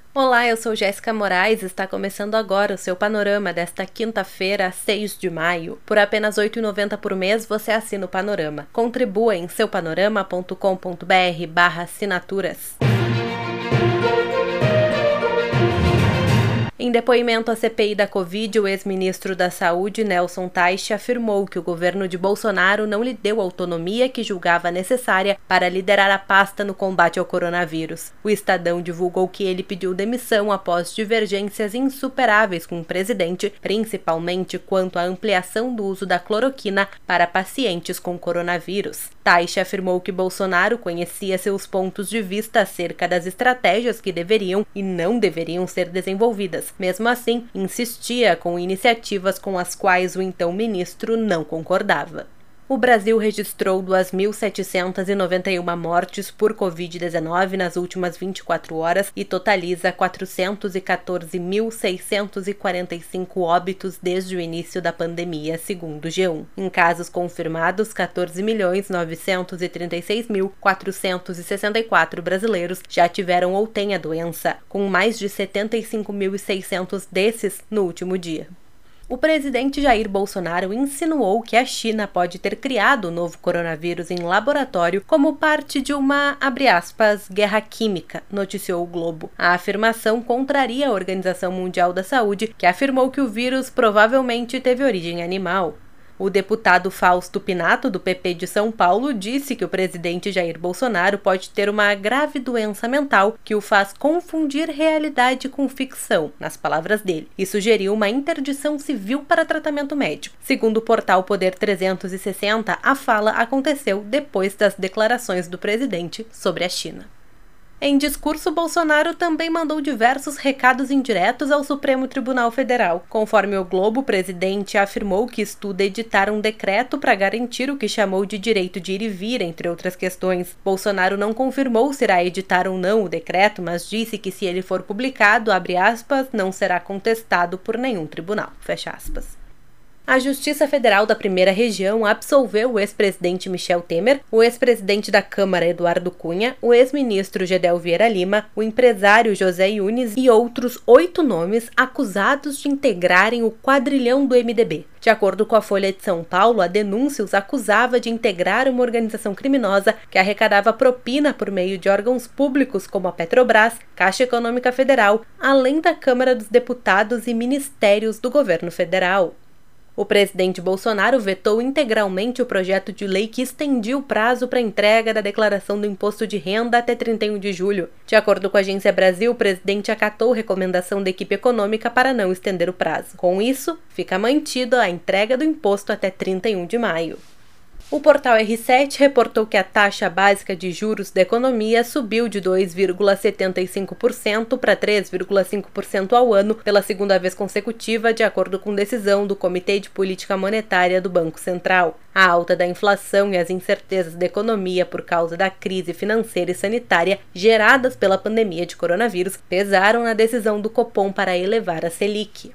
Olá, eu sou Jéssica Moraes e está começando agora o seu panorama desta quinta-feira, 6 de maio. Por apenas R$ 8,90 por mês você assina o Panorama. Contribua em seupanorama.com.br/assinaturas. Em depoimento à CPI da Covid, o ex-ministro da Saúde, Nelson Teich, afirmou que o governo de Bolsonaro não lhe deu a autonomia que julgava necessária para liderar a pasta no combate ao coronavírus. O Estadão divulgou que ele pediu demissão após divergências insuperáveis com o presidente, principalmente quanto à ampliação do uso da cloroquina para pacientes com coronavírus. Teich afirmou que Bolsonaro conhecia seus pontos de vista acerca das estratégias que deveriam e não deveriam ser desenvolvidas. Mesmo assim, insistia com iniciativas com as quais o então ministro não concordava. O Brasil registrou 2.791 mortes por Covid-19 nas últimas 24 horas e totaliza 414.645 óbitos desde o início da pandemia, segundo o G1. Em casos confirmados, 14.936.464 brasileiros já tiveram ou têm a doença, com mais de 75.600 desses no último dia. O presidente Jair Bolsonaro insinuou que a China pode ter criado o novo coronavírus em laboratório como parte de uma, abre aspas, guerra química, noticiou o Globo. A afirmação contraria a Organização Mundial da Saúde, que afirmou que o vírus provavelmente teve origem animal. O deputado Fausto Pinato, do PP de São Paulo, disse que o presidente Jair Bolsonaro pode ter uma grave doença mental que o faz confundir realidade com ficção, nas palavras dele, e sugeriu uma interdição civil para tratamento médico. Segundo o portal Poder 360, a fala aconteceu depois das declarações do presidente sobre a China. Em discurso, Bolsonaro também mandou diversos recados indiretos ao Supremo Tribunal Federal. Conforme o Globo, o presidente afirmou que estuda editar um decreto para garantir o que chamou de direito de ir e vir, entre outras questões. Bolsonaro não confirmou se irá editar ou não o decreto, mas disse que se ele for publicado, abre aspas, não será contestado por nenhum tribunal, fecha aspas. A Justiça Federal da Primeira Região absolveu o ex-presidente Michel Temer, o ex-presidente da Câmara Eduardo Cunha, o ex-ministro Gedel Vieira Lima, o empresário José Yunes e outros 8 nomes acusados de integrarem o quadrilhão do MDB. De acordo com a Folha de São Paulo, a denúncia os acusava de integrar uma organização criminosa que arrecadava propina por meio de órgãos públicos como a Petrobras, Caixa Econômica Federal, além da Câmara dos Deputados e ministérios do governo federal. O presidente Bolsonaro vetou integralmente o projeto de lei que estendia o prazo para entrega da declaração do imposto de renda até 31 de julho. De acordo com a Agência Brasil, o presidente acatou recomendação da equipe econômica para não estender o prazo. Com isso, fica mantida a entrega do imposto até 31 de maio. O portal R7 reportou que a taxa básica de juros da economia subiu de 2,75% para 3,5% ao ano pela segunda vez consecutiva, de acordo com decisão do Comitê de Política Monetária do Banco Central. A alta da inflação e as incertezas da economia por causa da crise financeira e sanitária geradas pela pandemia de coronavírus pesaram na decisão do Copom para elevar a Selic.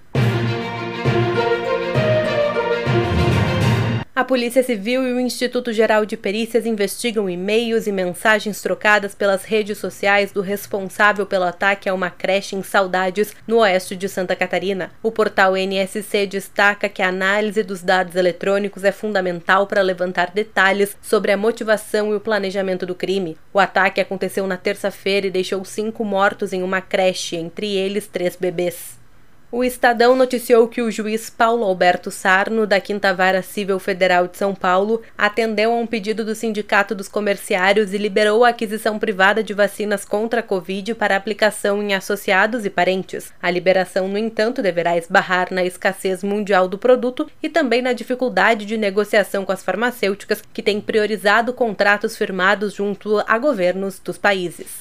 A Polícia Civil e o Instituto Geral de Perícias investigam e-mails e mensagens trocadas pelas redes sociais do responsável pelo ataque a uma creche em Saudades, no oeste de Santa Catarina. O portal NSC destaca que a análise dos dados eletrônicos é fundamental para levantar detalhes sobre a motivação e o planejamento do crime. O ataque aconteceu na terça-feira e deixou 5 mortos em uma creche, entre eles 3 bebês. O Estadão noticiou que o juiz Paulo Alberto Sarno, da 5ª Vara Civil Federal de São Paulo, atendeu a um pedido do Sindicato dos Comerciários e liberou a aquisição privada de vacinas contra a Covid para aplicação em associados e parentes. A liberação, no entanto, deverá esbarrar na escassez mundial do produto e também na dificuldade de negociação com as farmacêuticas, que têm priorizado contratos firmados junto a governos dos países.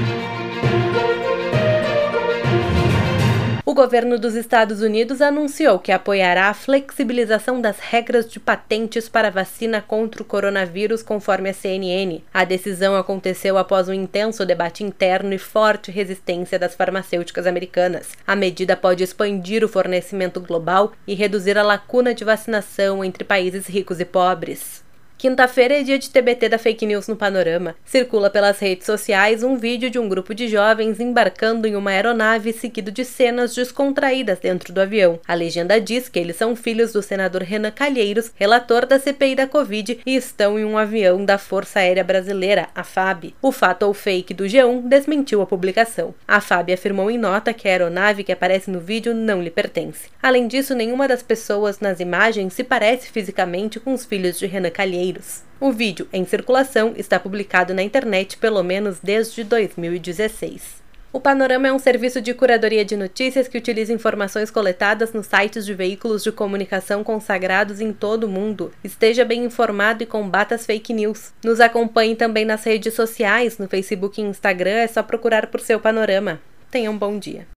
O governo dos Estados Unidos anunciou que apoiará a flexibilização das regras de patentes para a vacina contra o coronavírus, conforme a CNN. A decisão aconteceu após um intenso debate interno e forte resistência das farmacêuticas americanas. A medida pode expandir o fornecimento global e reduzir a lacuna de vacinação entre países ricos e pobres. Quinta-feira é dia de TBT da fake news no Panorama. Circula pelas redes sociais um vídeo de um grupo de jovens embarcando em uma aeronave seguido de cenas descontraídas dentro do avião. A legenda diz que eles são filhos do senador Renan Calheiros, relator da CPI da Covid, e estão em um avião da Força Aérea Brasileira, a FAB. O fato ou fake do G1 desmentiu a publicação. A FAB afirmou em nota que a aeronave que aparece no vídeo não lhe pertence. Além disso, nenhuma das pessoas nas imagens se parece fisicamente com os filhos de Renan Calheiros. O vídeo, em circulação, está publicado na internet pelo menos desde 2016. O Panorama é um serviço de curadoria de notícias que utiliza informações coletadas nos sites de veículos de comunicação consagrados em todo o mundo. Esteja bem informado e combata as fake news. Nos acompanhe também nas redes sociais, no Facebook e Instagram, é só procurar por seu Panorama. Tenha um bom dia.